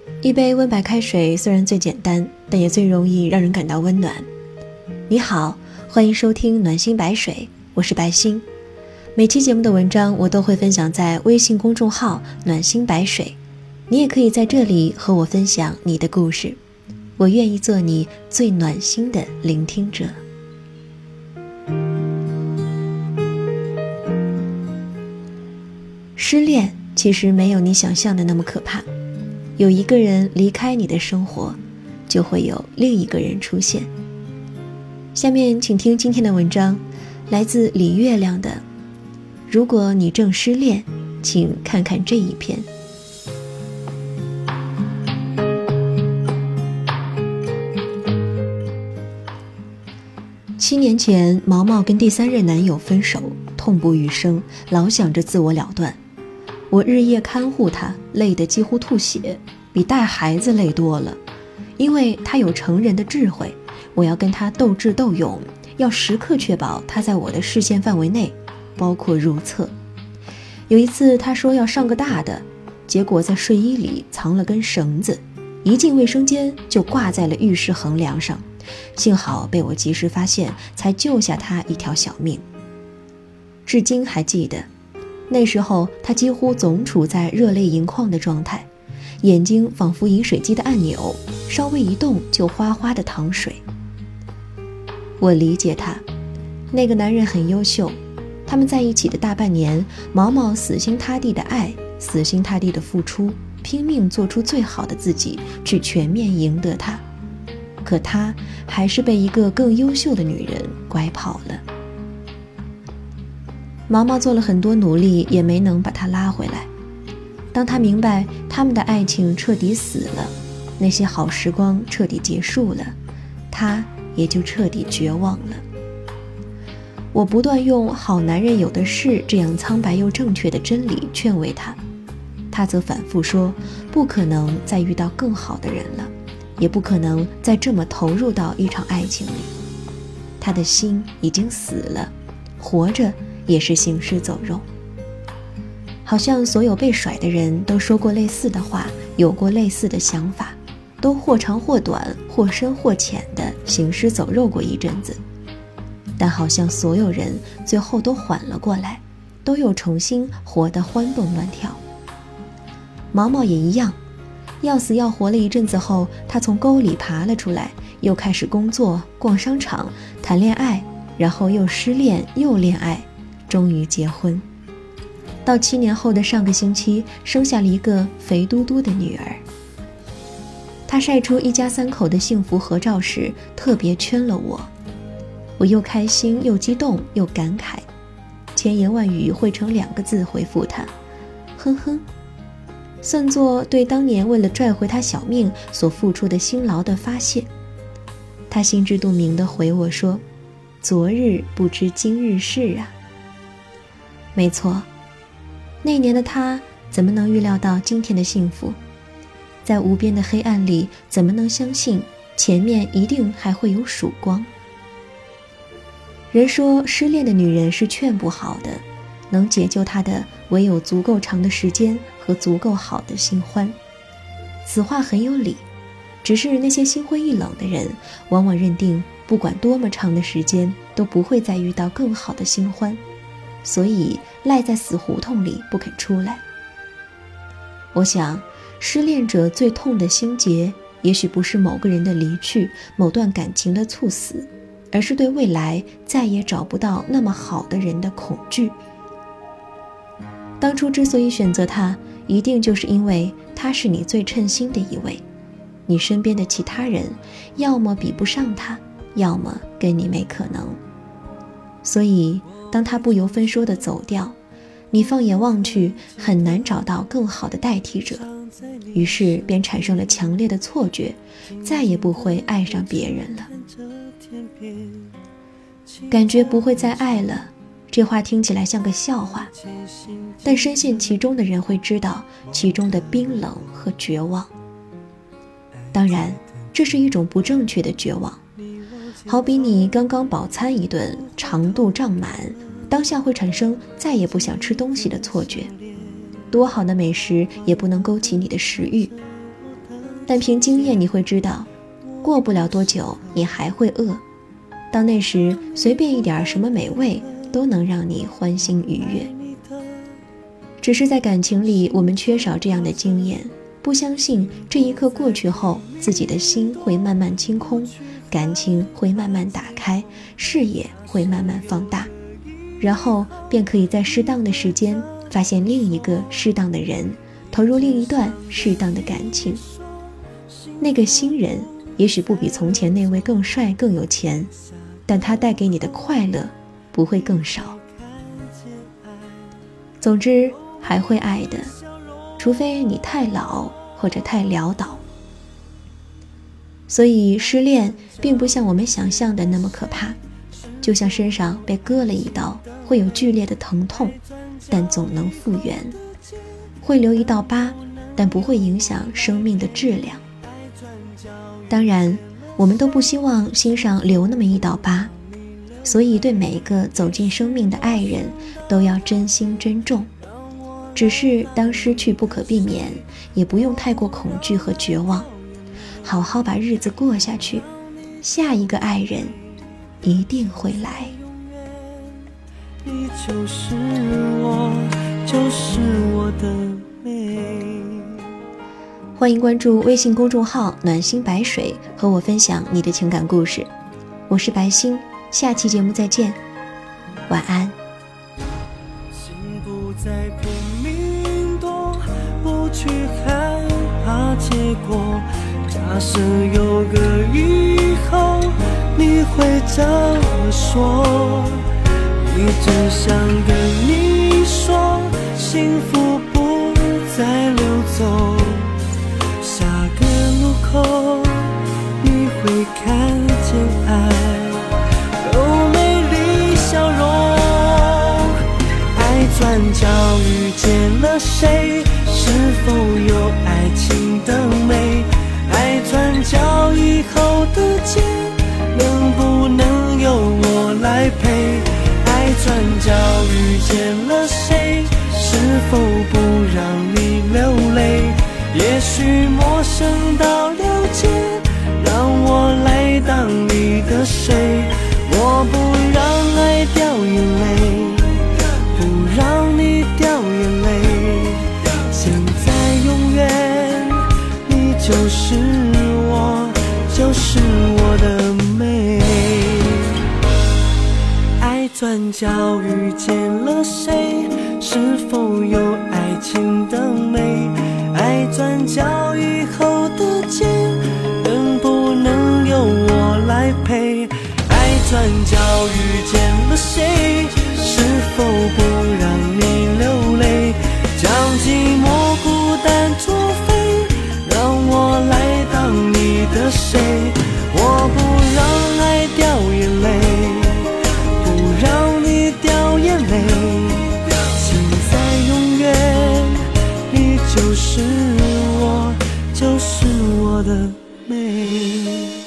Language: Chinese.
一杯温白开水虽然最简单，但也最容易让人感到温暖。你好，欢迎收听暖心白水，我是白心。每期节目的文章我都会分享在微信公众号暖心白水，你也可以在这里和我分享你的故事，我愿意做你最暖心的聆听者。失恋其实没有你想象的那么可怕，有一个人离开你的生活，就会有另一个人出现。下面请听今天的文章，来自李月亮的如果你正失恋，请看看这一篇。7年前，毛毛跟第3任男友分手，痛不欲生，老想着自我了断。我日夜看护他，累得几乎吐血，比带孩子累多了。因为他有成人的智慧，我要跟他斗智斗勇，要时刻确保他在我的视线范围内，包括如厕。有一次他说要上个大的，结果在睡衣里藏了根绳子，一进卫生间就挂在了浴室横梁上，幸好被我及时发现，才救下他一条小命。至今还记得那时候他几乎总处在热泪盈眶的状态，眼睛仿佛饮水机的按钮，稍微一动就哗哗的淌水。我理解他，那个男人很优秀，他们在一起的大半年，毛毛死心塌地的爱，死心塌地的付出，拼命做出最好的自己，去全面赢得他。可他还是被一个更优秀的女人拐跑了。毛毛做了很多努力，也没能把他拉回来。当他明白他们的爱情彻底死了，那些好时光彻底结束了，他也就彻底绝望了。我不断用好男人有的是这样苍白又正确的真理劝慰他，他则反复说不可能再遇到更好的人了，也不可能再这么投入到一场爱情里。他的心已经死了，活着也是行尸走肉。好像所有被甩的人都说过类似的话，有过类似的想法，都或长或短，或深或浅的行尸走肉过一阵子。但好像所有人最后都缓了过来，都又重新活得欢蹦乱跳。毛毛也一样，要死要活了一阵子后，他从沟里爬了出来，又开始工作，逛商场，谈恋爱，然后又失恋，又恋爱，终于结婚。到7年后的上个星期，生下了一个肥嘟嘟的女儿。他晒出一家3口的幸福合照时，特别圈了我。我又开心又激动又感慨，千言万语汇成2个字回复他：哼哼。算作对当年为了拽回他小命所付出的辛劳的发泄。他心知肚明地回我说：昨日不知今日事啊。没错，那年的他怎么能预料到今天的幸福？在无边的黑暗里，怎么能相信前面一定还会有曙光？人说失恋的女人是劝不好的，能解救她的唯有足够长的时间和足够好的新欢。此话很有理，只是那些心灰意冷的人往往认定不管多么长的时间都不会再遇到更好的新欢，所以赖在死胡同里不肯出来。我想失恋者最痛的心结，也许不是某个人的离去，某段感情的猝死，而是对未来再也找不到那么好的人的恐惧。当初之所以选择他，一定就是因为他是你最称心的一位，你身边的其他人要么比不上他，要么跟你没可能。所以当他不由分说地走掉，你放眼望去，很难找到更好的代替者，于是便产生了强烈的错觉，再也不会爱上别人了。感觉不会再爱了，这话听起来像个笑话，但深陷其中的人会知道其中的冰冷和绝望。当然，这是一种不正确的绝望，好比你刚刚饱餐一顿，肠肚胀满，当下会产生再也不想吃东西的错觉，多好的美食也不能勾起你的食欲。 但凭经验你会知道，过不了多久你还会饿，到那时随便一点什么美味都能让你欢欣愉悦。只是在感情里，我们缺少这样的经验，不相信这一刻过去后，自己的心会慢慢清空，感情会慢慢打开，视野会慢慢放大，然后便可以在适当的时间发现另一个适当的人，投入另一段适当的感情。那个新人也许不比从前那位更帅更有钱，但他带给你的快乐不会更少。总之，还会爱的，除非你太老或者太潦倒。所以失恋并不像我们想象的那么可怕，就像身上被割了一刀，会有剧烈的疼痛，但总能复原，会留一道疤，但不会影响生命的质量。当然，我们都不希望心上留那么一道疤，所以对每一个走进生命的爱人都要真心珍重。只是当失去不可避免，也不用太过恐惧和绝望，好好把日子过下去，下一个爱人一定会来。 你就是我，就是我的美。 欢迎关注微信公众号暖心白水，和我分享你的情感故事。我是白星，下期节目再见，晚安。 心不再拼命躲，不去害怕结果。假设有个以后，你会怎么说？一直想跟你说，幸福不再溜走。下个路口，你会看见爱有美丽笑容。爱转角遇见了谁？是否有爱情的美？爱转角以后的街，能不能由我来陪？爱转角遇见了谁？是否不让你流泪？也许陌生到了解，让我来当你的谁？我不让爱掉眼泪，不让你掉眼泪。现在永远，你就是我，就是我的美。爱转角遇见了谁？是否有爱情的美？爱转角以后的街，能不能由我来陪？爱转角遇见了谁？是否不让你流泪？将寂寞孤单作废，让我来当你的谁？我不让爱掉眼泪，不让你掉眼泪。现在永远，你就是我，就是我的美。